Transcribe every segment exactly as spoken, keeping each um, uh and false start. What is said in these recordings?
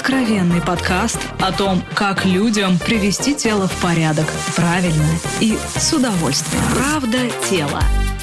Откровенный подкаст о том, как людям привести тело в порядок правильно и с удовольствием. Правда тела.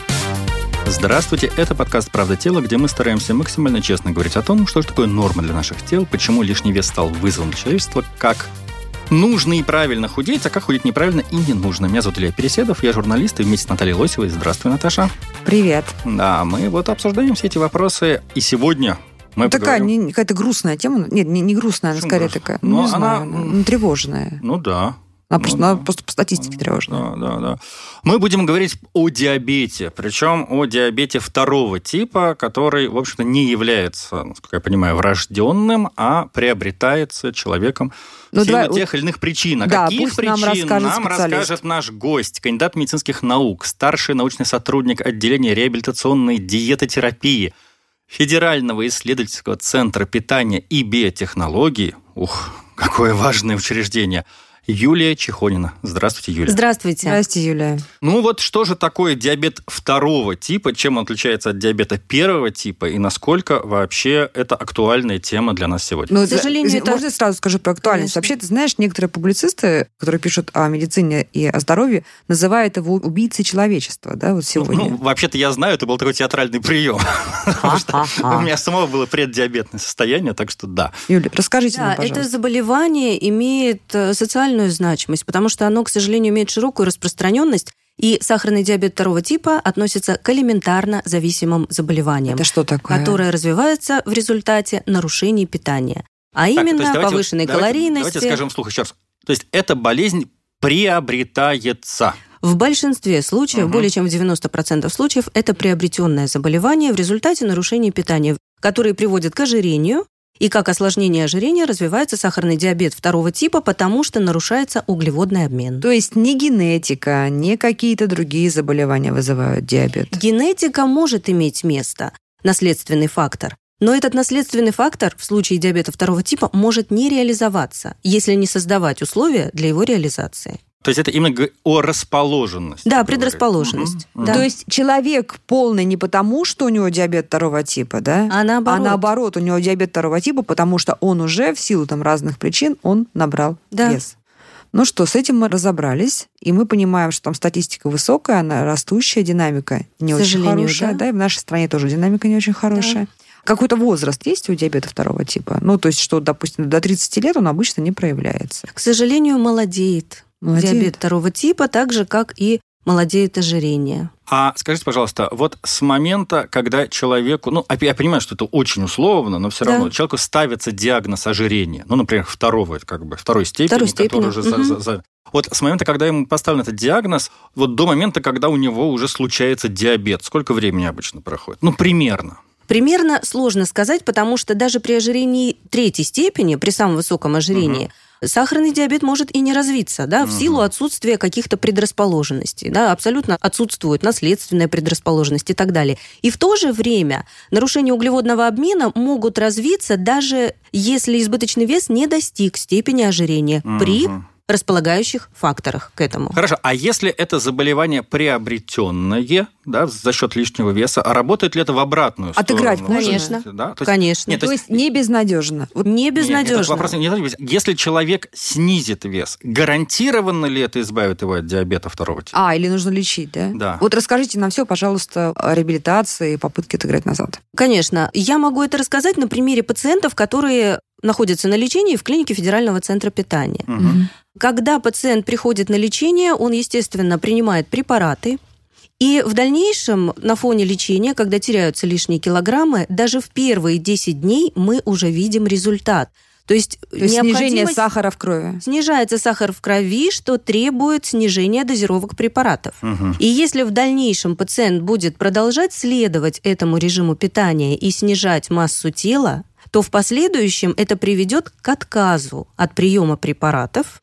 Здравствуйте, это подкаст «Правда тела», где мы стараемся максимально честно говорить о том, что же такое норма для наших тел, почему лишний вес стал вызовом для человечества, как нужно и правильно худеть, а как худеть неправильно и не нужно. Меня зовут Илья Переседов, я журналист, и вместе с Натальей Лосевой. Здравствуй, Наташа. Привет. Да, мы вот обсуждаем все эти вопросы, и сегодня мы такая поговорим... не, какая-то грустная тема. Нет, не, не грустная, она скорее грустная? такая, ну, не знаю, она... она тревожная. Ну да. Она, ну, просто, да. она просто по статистике тревожная. Да, да, да. Мы будем говорить о диабете, причем о диабете второго типа, который, в общем-то, не является, насколько я понимаю, врожденным, а приобретается человеком в силу давай, тех или иных причин. А да, каких причин нам, расскажет, нам расскажет наш гость, кандидат медицинских наук, старший научный сотрудник отделения реабилитационной диетотерапии Федерального исследовательского центра питания и биотехнологий. Ух, какое важное учреждение. Юлия Чехонина. Здравствуйте, Юлия. Здравствуйте. Здравствуйте, Юлия. Ну вот что же такое диабет второго типа, чем он отличается от диабета первого типа, и насколько вообще это актуальная тема для нас сегодня? Ну, к сожалению, это... Можно я сразу скажу про актуальность? Конечно. Вообще, ты знаешь, некоторые публицисты, которые пишут о медицине и о здоровье, называют его убийцей человечества, да, вот сегодня. Ну, вообще-то я знаю, это был такой театральный прием. Потому что у меня самого было преддиабетное состояние, так что да. Юля, расскажите нам, пожалуйста. Это заболевание имеет социальную значимость, потому что оно, к сожалению, имеет широкую распространенность, и сахарный диабет второго типа относится к элементарно зависимым заболеваниям. Это что такое? Которое развивается в результате нарушений питания. А так, именно давайте, повышенной давайте, калорийности. Давайте скажем вслух еще раз. То есть эта болезнь приобретается. В большинстве случаев, угу. более чем в девяносто процентов случаев, это приобретенное заболевание в результате нарушений питания, которые приводят к ожирению. И как осложнение ожирения развивается сахарный диабет второго типа, потому что нарушается углеводный обмен. То есть не генетика, не какие-то другие заболевания вызывают диабет? Генетика может иметь место, наследственный фактор. Но этот наследственный фактор в случае диабета второго типа может не реализоваться, если не создавать условия для его реализации. То есть это именно о расположенности. Да, предрасположенность. Угу. Да. То есть человек полный не потому, что у него диабет второго типа, да? А наоборот. А наоборот, у него диабет второго типа, потому что он уже в силу там разных причин, он набрал да. вес. Ну что, с этим мы разобрались, и мы понимаем, что там статистика высокая, она растущая, динамика не К очень хорошая, да. да, и в нашей стране тоже динамика не очень хорошая. Да. Какой-то возраст есть у диабета второго типа? Ну, то есть, что, допустим, до тридцати лет он обычно не проявляется. К сожалению, молодеет. Молодеет. Диабет второго типа, так же, как и молодеет ожирение. А скажите, пожалуйста, вот с момента, когда человеку, ну, я понимаю, что это очень условно, но все да. равно человеку ставится диагноз ожирения, ну, например, второго, как бы, второй степени, второй степени. который уже угу. за, за... Вот с момента, когда ему поставлен этот диагноз, вот до момента, когда у него уже случается диабет, сколько времени обычно проходит? Ну, примерно. Примерно сложно сказать, потому что даже при ожирении третьей степени, при самом высоком ожирении, угу. сахарный диабет может и не развиться, да, в угу. силу отсутствия каких-то предрасположенностей. Да, абсолютно отсутствует наследственная предрасположенность и так далее. И в то же время нарушения углеводного обмена могут развиться, даже если избыточный вес не достиг степени ожирения угу. при располагающих факторах к этому. Хорошо, а если это заболевание приобретенное, да, за счет лишнего веса, а работает ли это в обратную сторону? Отыграть, конечно. Да? То есть, конечно. Нет, то, то есть не безнадежно. Вот не безнадежно. Нет, вопрос не вопрос. Если человек снизит вес, гарантированно ли это избавит его от диабета второго типа? А, или нужно лечить, да? Да. Вот расскажите нам все, пожалуйста, о реабилитации и попытке отыграть назад. Конечно. Я могу это рассказать на примере пациентов, которые находятся на лечении в клинике Федерального центра питания. Угу. Когда пациент приходит на лечение, он, естественно, принимает препараты, и в дальнейшем на фоне лечения, когда теряются лишние килограммы, даже в первые десять дней мы уже видим результат. То есть, То есть снижение сахара в крови. Снижается сахар в крови, что требует снижения дозировок препаратов. Угу. И если в дальнейшем пациент будет продолжать следовать этому режиму питания и снижать массу тела, то в последующем это приведет к отказу от приема препаратов.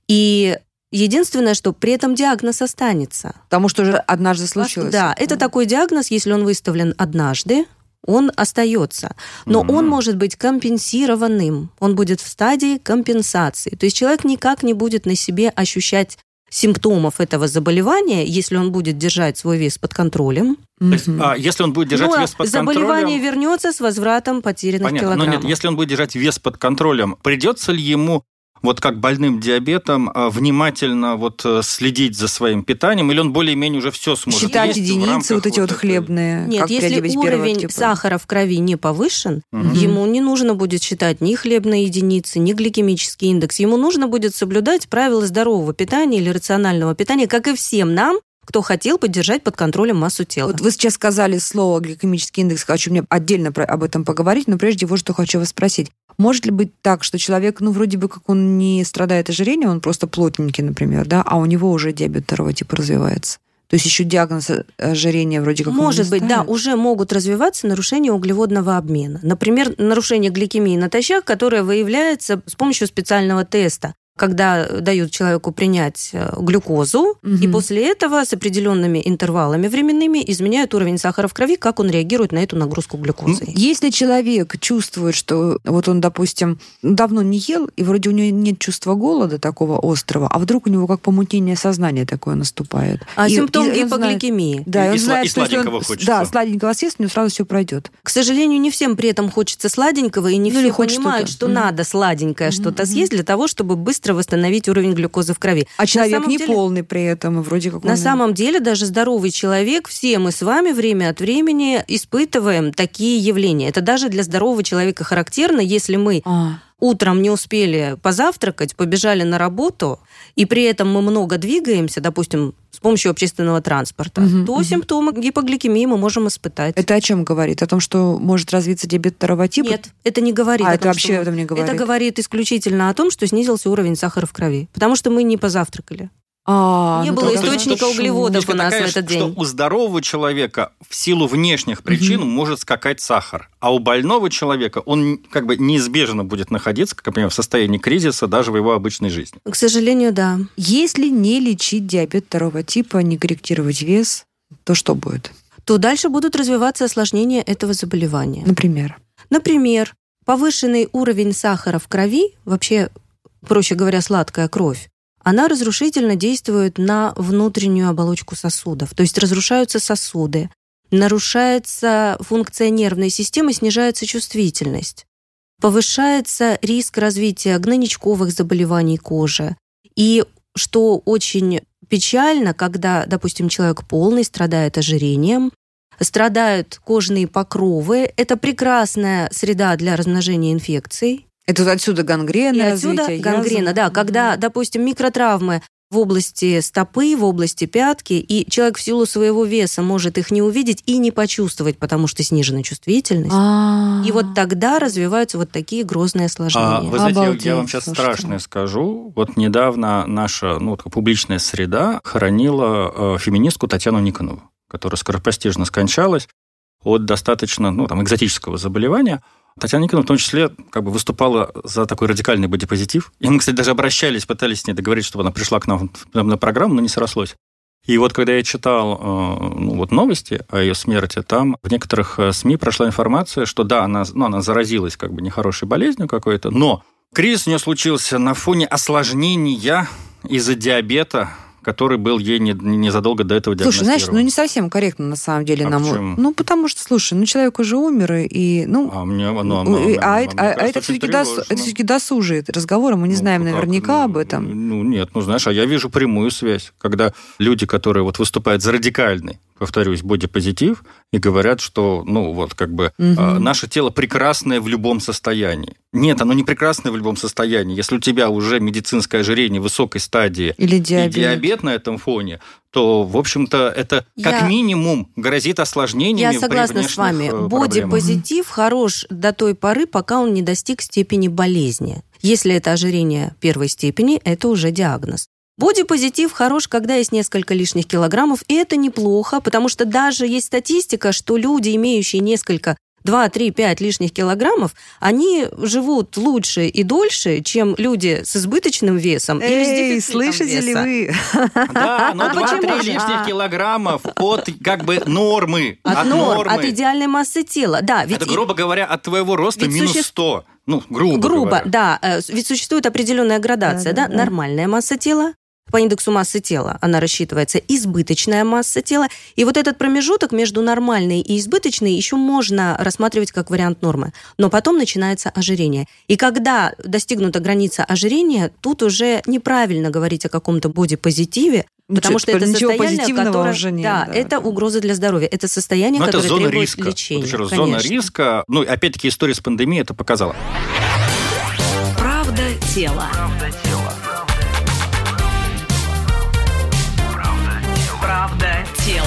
И единственное, что при этом диагноз останется. Потому что уже однажды случилось. Да, это такой диагноз, если он выставлен однажды, он остается. Но mm-hmm. он может быть компенсированным. Он будет в стадии компенсации. То есть человек никак не будет на себе ощущать симптомов этого заболевания, если он будет держать свой вес под контролем. То есть, а, если он будет держать ну, вес под заболевание контролем... Заболевание вернется с возвратом потерянных Понятно, килограммов. Но нет, если он будет держать вес под контролем, придется ли ему, вот как больным диабетом, внимательно вот следить за своим питанием, или он более-менее уже все сможет считать есть единицы вот эти вот, вот хлебные? Нет, если уровень типа. сахара в крови не повышен, угу. ему не нужно будет считать ни хлебные единицы, ни гликемический индекс. Ему нужно будет соблюдать правила здорового питания или рационального питания, как и всем нам, кто хотел поддержать под контролем массу тела. Вот вы сейчас сказали слово гликемический индекс, хочу мне отдельно про, об этом поговорить, но прежде вот что хочу вас спросить. Может ли быть так, что человек, ну, вроде бы как он не страдает ожирением, он просто плотненький, например, да, а у него уже диабет второго типа развивается? То есть еще диагноз ожирения вроде как... Может быть, да, уже могут развиваться нарушения углеводного обмена. Например, нарушение гликемии натощак, которое выявляется с помощью специального теста, когда дают человеку принять глюкозу, угу. и после этого с определенными интервалами временными изменяют уровень сахара в крови, как он реагирует на эту нагрузку глюкозой. Если человек чувствует, что вот он, допустим, давно не ел, и вроде у него нет чувства голода такого острого, а вдруг у него как помутнение сознания такое наступает. А и, симптом и гипогликемии. Знает, да, и, и, он и знает, и сладенького он, хочется. Да, сладенького съест, у него сразу все пройдет. К сожалению, не всем при этом хочется сладенького, и не ну, все понимают, что-то. что mm-hmm. надо сладенькое mm-hmm. что-то съесть для того, чтобы быстро восстановить уровень глюкозы в крови. А человек не деле, полный при этом, вроде как он... На самом деле, даже здоровый человек, все мы с вами время от времени испытываем такие явления. Это даже для здорового человека характерно, если мы... А. утром не успели позавтракать, побежали на работу, и при этом мы много двигаемся, допустим, с помощью общественного транспорта, угу, то угу. симптомы гипогликемии мы можем испытать. Это о чем говорит? О том, что может развиться диабет второго типа? Нет, это не говорит. А, о это том, вообще что... об этом не говорит? Это говорит исключительно о том, что снизился уровень сахара в крови, потому что мы не позавтракали. А, не ну было то, источника то, углеводов у нас такая, в этот что день. У здорового человека в силу внешних причин угу. может скакать сахар, а у больного человека он как бы неизбежно будет находиться, как, например, в состоянии кризиса даже в его обычной жизни. К сожалению, да. Если не лечить диабет второго типа, не корректировать вес, то что будет? То дальше будут развиваться осложнения этого заболевания. Например? Например, повышенный уровень сахара в крови, вообще, проще говоря, сладкая кровь, она разрушительно действует на внутреннюю оболочку сосудов. То есть разрушаются сосуды, нарушается функция нервной системы, снижается чувствительность, повышается риск развития гнойничковых заболеваний кожи. И что очень печально, когда, допустим, человек полный, страдает ожирением, страдают кожные покровы. Это прекрасная среда для размножения инфекций. Это отсюда гангрена, и отсюда развитие гангрена, язв. да. Когда, допустим, микротравмы в области стопы, в области пятки, и человек в силу своего веса может их не увидеть и не почувствовать, потому что снижена чувствительность. А-а-а. И вот тогда развиваются вот такие грозные осложнения. А, вы знаете, Обалдеть, я, я вам сейчас слушайте. страшное скажу. Вот недавно наша ну, публичная среда хоронила э, феминистку Татьяну Никонову, которая скоропостижно скончалась от достаточно ну, там, экзотического заболевания. Татьяна Никоновна в том числе как бы выступала за такой радикальный бодипозитив. И мы, кстати, даже обращались, пытались с ней договориться, чтобы она пришла к нам на программу, но не срослось. И вот когда я читал ну, вот новости о ее смерти, там в некоторых СМИ прошла информация, что да, она, ну, она заразилась как бы нехорошей болезнью какой-то, но кризис у нее случился на фоне осложнения из-за диабета, который был ей незадолго до этого диагностирован. Слушай, знаешь, ну не совсем корректно на самом деле. А нам... почему? Ну, потому что, слушай, ну человек уже умер, и... Ну, а мне, ну, ну, а, ну, а, мне а, а это все-таки все-таки досужие разговоры, мы не ну, знаем как? наверняка ну, об этом. Ну, нет, ну, знаешь, а я вижу прямую связь, когда люди, которые вот выступают за радикальный, повторюсь, бодипозитив, и говорят, что, ну, вот, как бы, угу. э, наше тело прекрасное в любом состоянии. Нет, оно не прекрасное в любом состоянии. Если у тебя уже медицинское ожирение высокой стадии или диабет, и диабет на этом фоне, то, в общем-то, это как я... минимум грозит осложнениями. Я согласна при с вами. проблемах. Бодипозитив хорош до той поры, пока он не достиг степени болезни. Если это ожирение первой степени, это уже диагноз. Бодипозитив хорош, когда есть несколько лишних килограммов, и это неплохо, потому что даже есть статистика, что люди, имеющие несколько, два, три, пять лишних килограммов, они живут лучше и дольше, чем люди с избыточным весом Эй, или с дефицитом слышите веса. ли вы? Да, но А два-три почему же? лишних килограммов от как бы нормы. От, От норм, нормы. от идеальной массы тела. Да, ведь Это, грубо говоря, от твоего роста ведь минус суще... сто. Ну, грубо Грубо, говоря. да. Ведь существует определенная градация, Да, да, да, да. Нормальная масса тела, по индексу массы тела она рассчитывается, избыточная масса тела. И вот этот промежуток между нормальной и избыточной еще можно рассматривать как вариант нормы. Но потом начинается ожирение. И когда достигнута граница ожирения, тут уже неправильно говорить о каком-то бодипозитиве, Ну, потому что это ничего состояние, позитивного которое, уже нет, да, да, это да. угроза для здоровья. Это состояние, Но которое это зона требует риска. лечения. Вот еще раз, зона риска. Ну, опять-таки, история с пандемией это показала. Правда тела. Правда тела.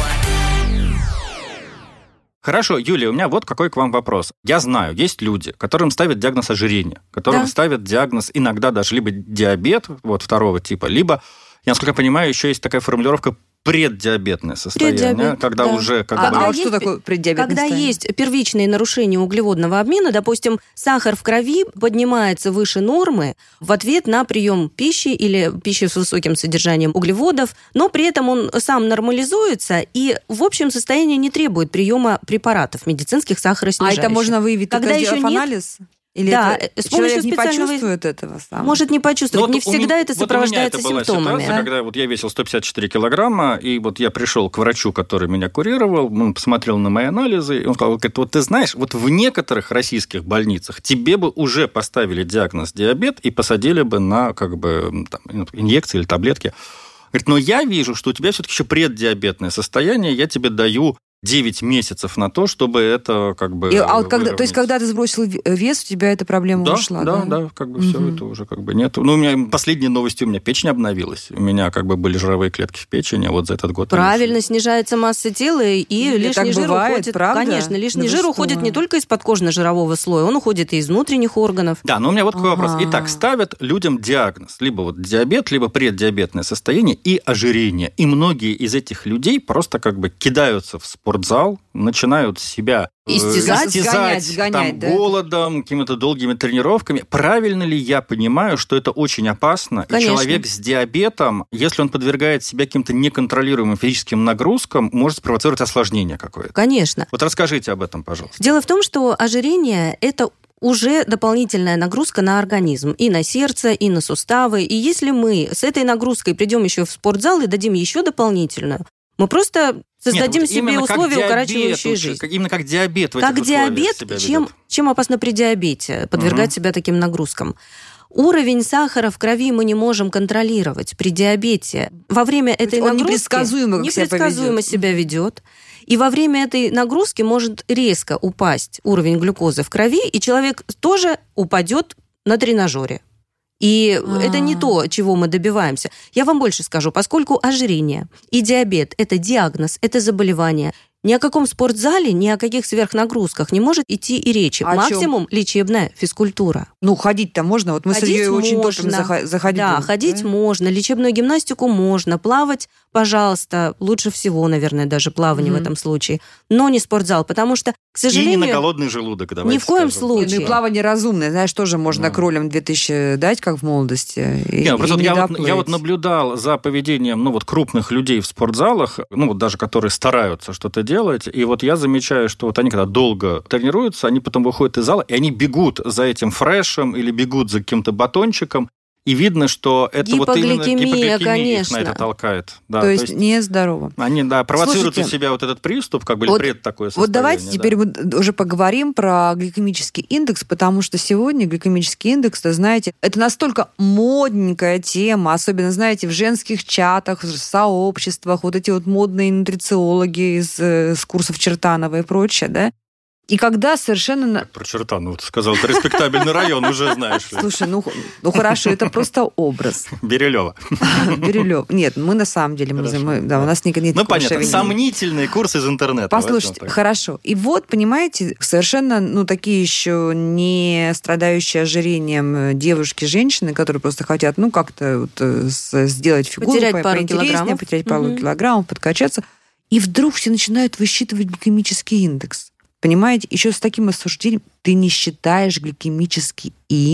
Хорошо, Юлия, у меня вот какой к вам вопрос. Я знаю, есть люди, которым ставят диагноз ожирения, которым Да. ставят диагноз иногда даже либо диабет вот второго типа, либо, я насколько понимаю, еще есть такая формулировка преддиабетное состояние, Преддиабет, когда да. уже как А, бы... а вот есть- что такое преддиабетное Когда состояние? есть первичные нарушения углеводного обмена, допустим, сахар в крови поднимается выше нормы в ответ на прием пищи или пищи с высоким содержанием углеводов, но при этом он сам нормализуется и в общем состоянии не требует приема препаратов медицинских А сахароснижающих. это можно выявить Когда только еще сделав нет- анализ? Или Да, это с помощью человек не специального- почувствует этого сам? Может не почувствовать, Ну, не вот у меня- всегда это вот у меня сопровождается это была симптомами. ситуация, когда вот я весил сто пятьдесят четыре килограмма, и вот я пришел к врачу, который меня курировал, он посмотрел на мои анализы, и он сказал, говорит, вот ты знаешь, вот в некоторых российских больницах тебе бы уже поставили диагноз диабет и посадили бы на как бы там, инъекции или таблетки. Говорит, но я вижу, что у тебя все-таки еще преддиабетное состояние, я тебе даю девять месяцев на то, чтобы это как бы... И, а вот когда, то есть, выровнять. когда ты сбросил вес, у тебя эта проблема Да, ушла, да, да? да, как бы все Мгм. это уже как бы нет. Ну, у меня последние новости, у меня печень обновилась, у меня как бы были жировые клетки в печени, а вот за этот год... они Правильно, снижается масса тела, и Или лишний так жир бывает, уходит. правда? Конечно, лишний Да вы жир что? уходит не только из подкожно-жирового слоя, он уходит и из внутренних органов. Да, но у меня вот такой Ага. вопрос. Итак, ставят людям диагноз. Либо вот диабет, либо преддиабетное состояние и ожирение. И многие из этих людей просто как бы кидаются в спортзал, начинают себя э, Истязать? истязать Сгонять, сгонять, там, да? голодом, какими-то долгими тренировками. Правильно ли я понимаю, что это очень опасно? И Конечно. человек с диабетом, если он подвергает себя каким-то неконтролируемым физическим нагрузкам, может спровоцировать осложнение какое-то. Конечно. Вот расскажите об этом, пожалуйста. Дело в том, что ожирение – это уже дополнительная нагрузка на организм, и на сердце, и на суставы. И если мы с этой нагрузкой придем еще в спортзал и дадим еще дополнительную, мы просто создадим Нет, вот себе именно как условия, диабет, укорачивающие лучше, жизнь. как- именно как диабет в этих Как условиях диабет, себя чем, ведет. чем опасно при диабете подвергать Мгм. себя таким нагрузкам? Уровень сахара в крови мы не можем контролировать при диабете. Во время этой он нагрузки непредсказуемо как себя непредсказуемо поведет. себя ведет. И во время этой нагрузки может резко упасть уровень глюкозы в крови, и человек тоже упадет на тренажере. И А. это не то, чего мы добиваемся. Я вам больше скажу, поскольку ожирение и диабет – это диагноз, это заболевание, ни о каком спортзале, ни о каких сверхнагрузках не может идти и речи. О чём? Максимум лечебная физкультура. Ну, ходить-то можно. Вот мы с Ходить Ильей очень можно. топим заха- заходить. Да, будем, ходить да? можно, лечебную гимнастику можно, плавать, пожалуйста, лучше всего, наверное, даже плавание Мгм. в этом случае, но не спортзал, потому что, к И не сожалению, на голодный желудок, давайте ни в коем скажем. Не, случае. ну и плавание разумное, знаешь, тоже можно Да. кролям две тысячи дать, как в молодости. И, Не, ну, просто и вот не я, вот, доплыть. я вот наблюдал за поведением ну, вот крупных людей в спортзалах, ну вот даже которые стараются что-то делать, и вот я замечаю, что вот они когда долго тренируются, они потом выходят из зала, и они бегут за этим фрешем или бегут за каким-то батончиком, и видно, что это вот именно Гипогликемия, гипогликемия их конечно. на это толкает. Да, То есть нездорово. они да, провоцируют Слушайте, у себя вот этот приступ, как бы, или вот- пред такое состояние. Вот давайте да. теперь мы уже поговорим про гликемический индекс, потому что сегодня гликемический индекс, вы знаете, это настолько модненькая тема, особенно, знаете, в женских чатах, в сообществах, вот эти вот модные нутрициологи из, э, с курсов Чертанова и прочее, да? И когда совершенно... на- Про Чертанову ты сказал, это респектабельный район, уже знаешь. Слушай, ну, ну хорошо, это просто образ. Берилева. Бирюлев. Нет, мы на самом деле, мы, Хорошо. мы- да, у нас нет Ну, никакого понятно, шовинизма. сомнительный курс из интернета. Послушайте, возьмем так. хорошо. И вот, понимаете, совершенно, ну, такие еще не страдающие ожирением девушки, женщины, которые просто хотят, ну, как-то вот, э, с- сделать фигуру Потерять по- пару поинтереснее, килограммов. потерять пару Мгм. килограммов, подкачаться. И вдруг все начинают высчитывать гликемический индекс. Понимаете, еще с таким осуждением ты не считаешь гликемический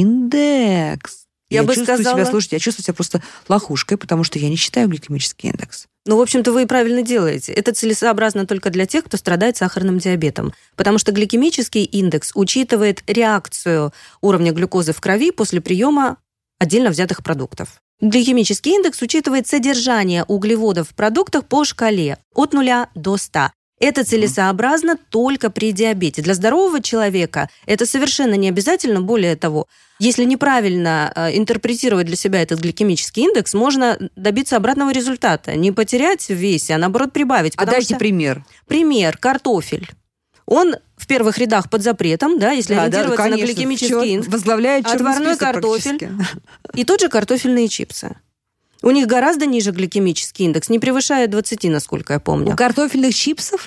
индекс. Я бы чувствую сказала- себя, слушайте, я чувствую себя просто лохушкой, потому что я не считаю гликемический индекс. Ну, в общем-то, вы и правильно делаете. Это целесообразно только для тех, кто страдает сахарным диабетом. Потому что гликемический индекс учитывает реакцию уровня глюкозы в крови после приема отдельно взятых продуктов. Гликемический индекс учитывает содержание углеводов в продуктах по шкале от нуля до ста. Это целесообразно только при диабете. Для здорового человека это совершенно не обязательно. Более того, если неправильно интерпретировать для себя этот гликемический индекс, можно добиться обратного результата. Не потерять в весе, а наоборот прибавить. А дайте что... пример. Пример. Картофель. Он в первых рядах под запретом, да, если да, ориентироваться да, конечно, на гликемический индекс. Возглавляет отварной картофель и тот же картофельные чипсы. У них гораздо ниже гликемический индекс, не превышает двадцати, насколько я помню. У картофельных чипсов?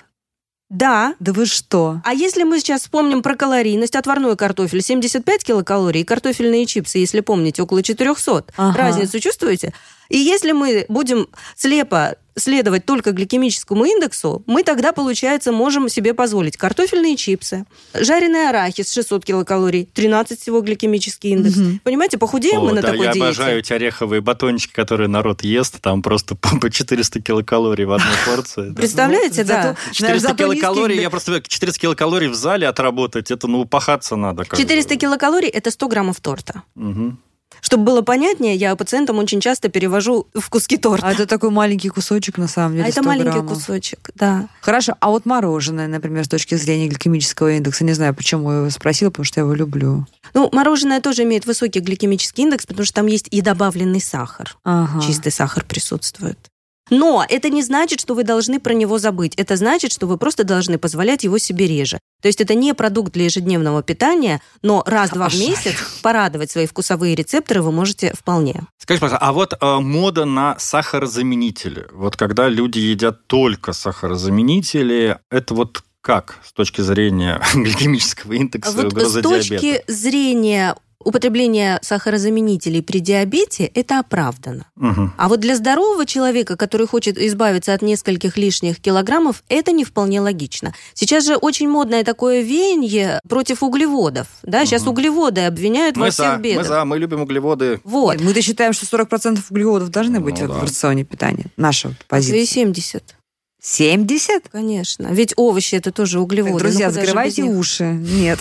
Да. Да вы что? А если мы сейчас вспомним про калорийность, отварной картофель семьдесят пять килокалорий, и картофельные чипсы, если помните, около четыреста. Ага. Разницу чувствуете? И если мы будем слепо следовать только гликемическому индексу, мы тогда, получается, можем себе позволить картофельные чипсы, жареный арахис шестьсот килокалорий, тринадцать всего гликемический индекс. Угу. Понимаете, похудеем О, мы на да, такой я диете. Я обожаю эти ореховые батончики, которые народ ест, там просто по четыреста килокалорий в одной порции. Представляете, да. четыреста килокалорий, я просто четыреста килокалорий в зале отработать, это ну пахаться надо. четыреста килокалорий – это сто граммов торта. Угу. Чтобы было понятнее, я пациентам очень часто перевожу в куски торта. А это такой маленький кусочек, на самом деле, А это маленький граммов. Кусочек, да. Хорошо, а вот мороженое, например, с точки зрения гликемического индекса, не знаю, почему я его спросила, потому что я его люблю. Ну, мороженое тоже имеет высокий гликемический индекс, потому что там есть и добавленный сахар. Ага. Чистый сахар присутствует. Но это не значит, что вы должны про него забыть. Это значит, что вы просто должны позволять его себе реже. То есть это не продукт для ежедневного питания, но раз-два в месяц порадовать свои вкусовые рецепторы вы можете вполне. Скажите, пожалуйста, а вот э, мода на сахарозаменители, вот когда люди едят только сахарозаменители, это вот как с точки зрения гликемического индекса вот и угрозы диабета? С точки зрения употребление сахарозаменителей при диабете – это оправдано. Угу. А вот для здорового человека, который хочет избавиться от нескольких лишних килограммов, это не вполне логично. Сейчас же очень модное такое веяние против углеводов. Да? Сейчас угу. углеводы обвиняют мы во всех за, бедах. Мы за, мы любим углеводы. Вот. Мы-то считаем, что сорок процентов углеводов должны быть ну, в да. рационе питания. Наша позиция. И семьдесят. семьдесят? Конечно. Ведь овощи – это тоже углеводы. Друзья, ну, закрывайте уши. Нет.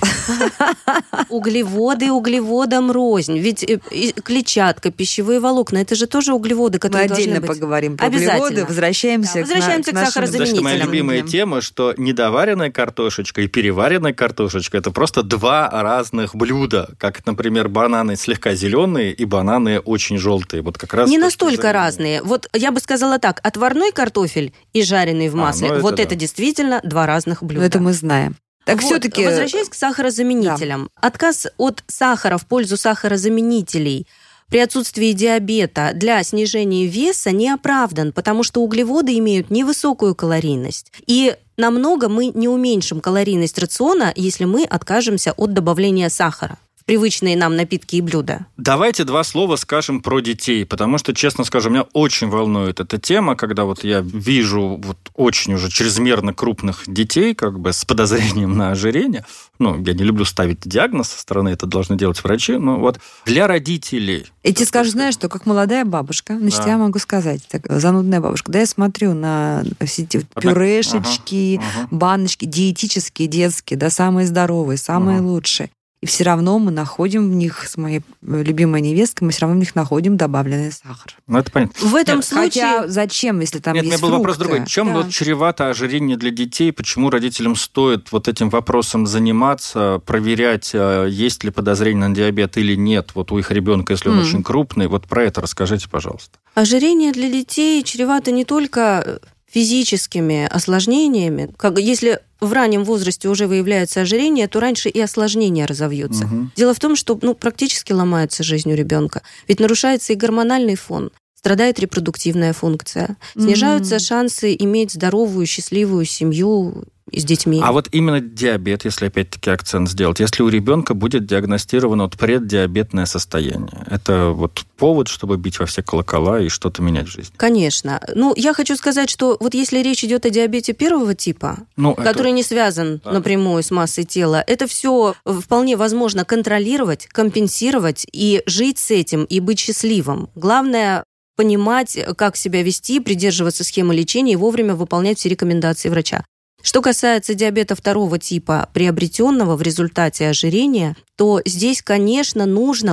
Углеводы углеводам рознь. Ведь клетчатка, пищевые волокна – это же тоже углеводы, которые должны быть. Мы отдельно поговорим про углеводы. Возвращаемся, да, возвращаемся к, к сахарозаменителям. Моя любимая тема, что недоваренная картошечка и переваренная картошечка – это просто два разных блюда. Как, например, бананы слегка зеленые и бананы очень желтые. Вот как раз не настолько разные. Вот я бы сказала так. Отварной картофель и жареный в масле. А, ну вот это, это да. действительно два разных блюда. Но это мы знаем. Так вот, все-таки... Возвращаясь к сахарозаменителям. Да. Отказ от сахара в пользу сахарозаменителей при отсутствии диабета для снижения веса не оправдан, потому что углеводы имеют невысокую калорийность. И намного мы не уменьшим калорийность рациона, если мы откажемся от добавления сахара. Привычные нам напитки и блюда. Давайте два слова скажем про детей, потому что, честно скажу, меня очень волнует эта тема, когда вот я вижу вот очень уже чрезмерно крупных детей, как бы с подозрением на ожирение. Ну, я не люблю ставить диагноз со стороны, это должны делать врачи, но вот для родителей... И тебе скажу, знаешь, что как молодая бабушка, значит, да. я могу сказать, так, занудная бабушка, да, я смотрю на все эти пюрешечки, ага, ага. баночки, диетические, детские, да, самые здоровые, самые ага. лучшие. И все равно мы находим в них, с моей любимой невесткой, мы все равно в них находим добавленный сахар. Ну, это понятно. В этом Нет, случае... Хотя зачем, если там Нет, есть фрукты? Нет, у меня был вопрос другой. Чем да. вот чревато ожирение для детей? Почему родителям стоит вот этим вопросом заниматься, проверять, есть ли подозрение на диабет или нет, вот у их ребенка, если он mm. очень крупный? Вот про это расскажите, пожалуйста. Ожирение для детей чревато не только физическими осложнениями. Как, если в раннем возрасте уже выявляется ожирение, то раньше и осложнения разовьются. Угу. Дело в том, что ну, практически ломается жизнь у ребенка. Ведь нарушается и гормональный фон, страдает репродуктивная функция, снижаются угу. шансы иметь здоровую, счастливую семью с детьми. А вот именно диабет, если опять-таки акцент сделать, если у ребенка будет диагностировано вот преддиабетное состояние, это вот повод, чтобы бить во все колокола и что-то менять в жизни? Конечно. Ну, я хочу сказать, что вот если речь идет о диабете первого типа, ну, который это... не связан да. напрямую с массой тела, это все вполне возможно контролировать, компенсировать и жить с этим, и быть счастливым. Главное понимать, как себя вести, придерживаться схемы лечения и вовремя выполнять все рекомендации врача. Что касается диабета второго типа, приобретенного в результате ожирения, то здесь, конечно, нужно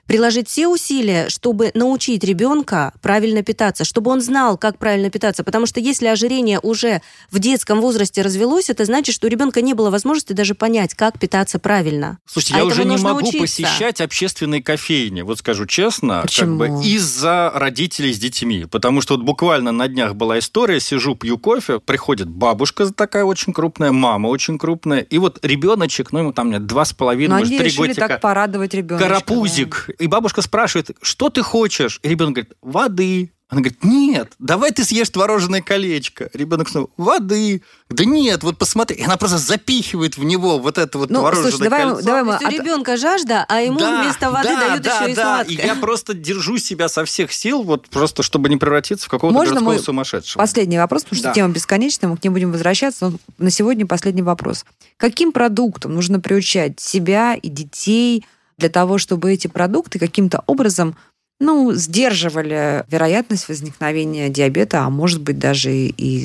приложить все усилия, чтобы научить ребенка правильно питаться, чтобы он знал, как правильно питаться. Потому что если ожирение уже в детском возрасте развелось, это значит, что у ребенка не было возможности даже понять, как питаться правильно. Слушайте, а я уже не могу учиться. посещать общественные кофейни, вот скажу честно, Почему? как бы из-за родителей с детьми. Потому что вот буквально на днях была история, сижу, пью кофе, приходит бабушка такая очень крупная, мама очень крупная, и вот ребеночек, ну, ему там нет, два с половиной, может, три годика. так порадовать ребенка. Карапузик. Да. И бабушка спрашивает, что ты хочешь? И ребенок говорит, воды. Она говорит, нет, давай ты съешь творожное колечко. Ребенок снова, воды. Да нет, вот посмотри. И она просто запихивает в него вот это вот ну, творожное слушай, давай, кольцо. Давай мы... То есть у ребенка жажда, а ему да, вместо воды да, дают да, еще и да. сладкое. И я просто держу себя со всех сил, вот просто чтобы не превратиться в какого-то Можно городского мой сумасшедшего. Последний вопрос, потому что да. тема бесконечная, мы к ней будем возвращаться. Но на сегодня последний вопрос. Каким продуктом нужно приучать себя и детей для того, чтобы эти продукты каким-то образом ну, сдерживали вероятность возникновения диабета, а может быть, даже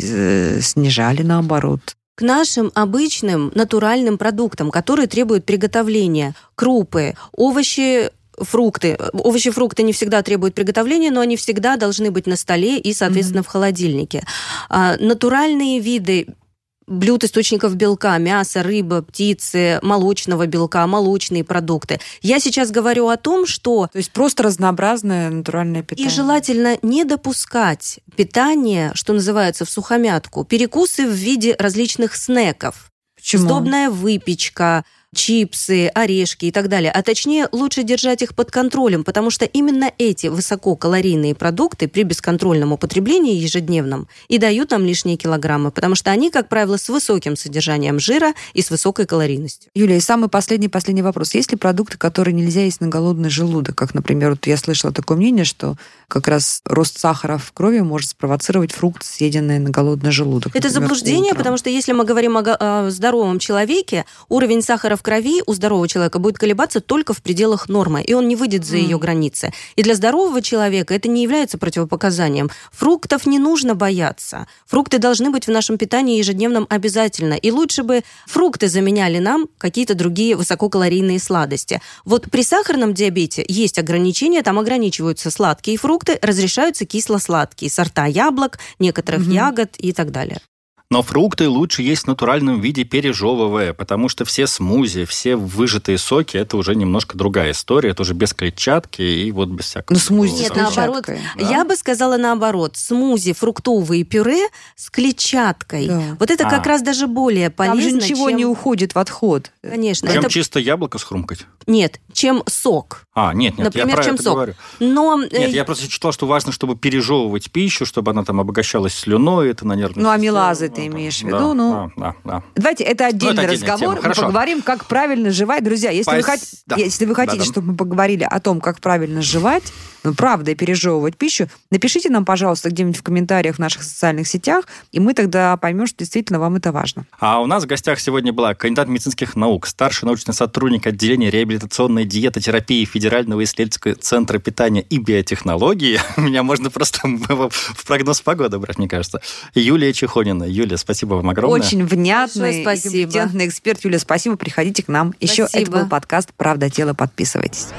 и снижали наоборот? К нашим обычным натуральным продуктам, которые требуют приготовления, крупы, овощи, фрукты. Овощи, фрукты не всегда требуют приготовления, но они всегда должны быть на столе и, соответственно, mm-hmm. в холодильнике. А, натуральные виды блюд, источников белка, мяса, рыбы, птицы, молочного белка, молочные продукты. Я сейчас говорю о том, что... То есть просто разнообразное натуральное питание. И желательно не допускать питание, что называется, в сухомятку, перекусы в виде различных снеков. Почему? Сдобная выпечка, чипсы, орешки и так далее. А точнее, лучше держать их под контролем, потому что именно эти высококалорийные продукты при бесконтрольном употреблении ежедневном и дают нам лишние килограммы, потому что они, как правило, с высоким содержанием жира и с высокой калорийностью. Юлия, и самый последний последний вопрос. Есть ли продукты, которые нельзя есть на голодный желудок? Как, например, вот я слышала такое мнение, что как раз рост сахара в крови может спровоцировать фрукт, съеденный на голодный желудок. Это например, заблуждение, утром. потому что если мы говорим о, о здоровом человеке, уровень сахара в крови у здорового человека будет колебаться только в пределах нормы, и он не выйдет за mm. ее границы. И для здорового человека это не является противопоказанием. Фруктов не нужно бояться. Фрукты должны быть в нашем питании ежедневном обязательно. И лучше бы фрукты заменяли нам какие-то другие высококалорийные сладости. Вот при сахарном диабете есть ограничения, там ограничиваются сладкие фрукты, разрешаются кисло-сладкие сорта яблок, некоторых mm-hmm. ягод и так далее. Но фрукты лучше есть в натуральном виде, пережевывая, потому что все смузи, все выжатые соки – это уже немножко другая история, это уже без клетчатки и вот без всякого... Ну, смузи Нет, с наоборот, да? Я бы сказала наоборот. Смузи, фруктовые пюре с клетчаткой. Да. Вот это а. как раз даже более полезно, Там же ничего чем... не уходит в отход. Конечно. Чем это... чисто яблоко схрумкать? Нет, чем сок. А, нет, нет, Например, я про чем это сок. говорю. Но... Нет, я просто читал, что важно, чтобы пережевывать пищу, чтобы она там обогащалась слюной, это на нервную Ну, систему. амилазы ты имеешь в виду? Да, ну... да, да, да. Давайте, это отдельный ну, это разговор. Мы поговорим, как правильно жевать. Друзья, если, Пос... вы, хот... да. если вы хотите, да, да. чтобы мы поговорили о том, как правильно жевать, ну, правда, и пережевывать пищу, напишите нам, пожалуйста, где-нибудь в комментариях в наших социальных сетях, и мы тогда поймем, что действительно вам это важно. А у нас в гостях сегодня была кандидат медицинских наук, старший научный сотрудник отделения реабилитационной диетотерапии Федерального исследовательского центра питания и биотехнологии. Меня можно просто в прогноз погоды брать, мне кажется. Юлия Чехонина. Юлия, спасибо вам огромное. Очень внятный, спасибо. компетентный эксперт. Юлия, спасибо. Приходите к нам. Еще Спасибо. это был подкаст «Правда тело». Подписывайтесь.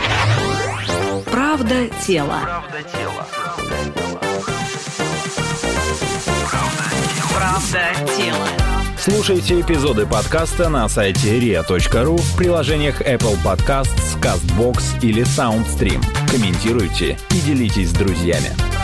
Правда тело. Правда тело. Правда тело. Слушайте эпизоды подкаста на сайте риа точка ру, в приложениях Apple Podcasts, CastBox или SoundStream. Комментируйте и делитесь с друзьями.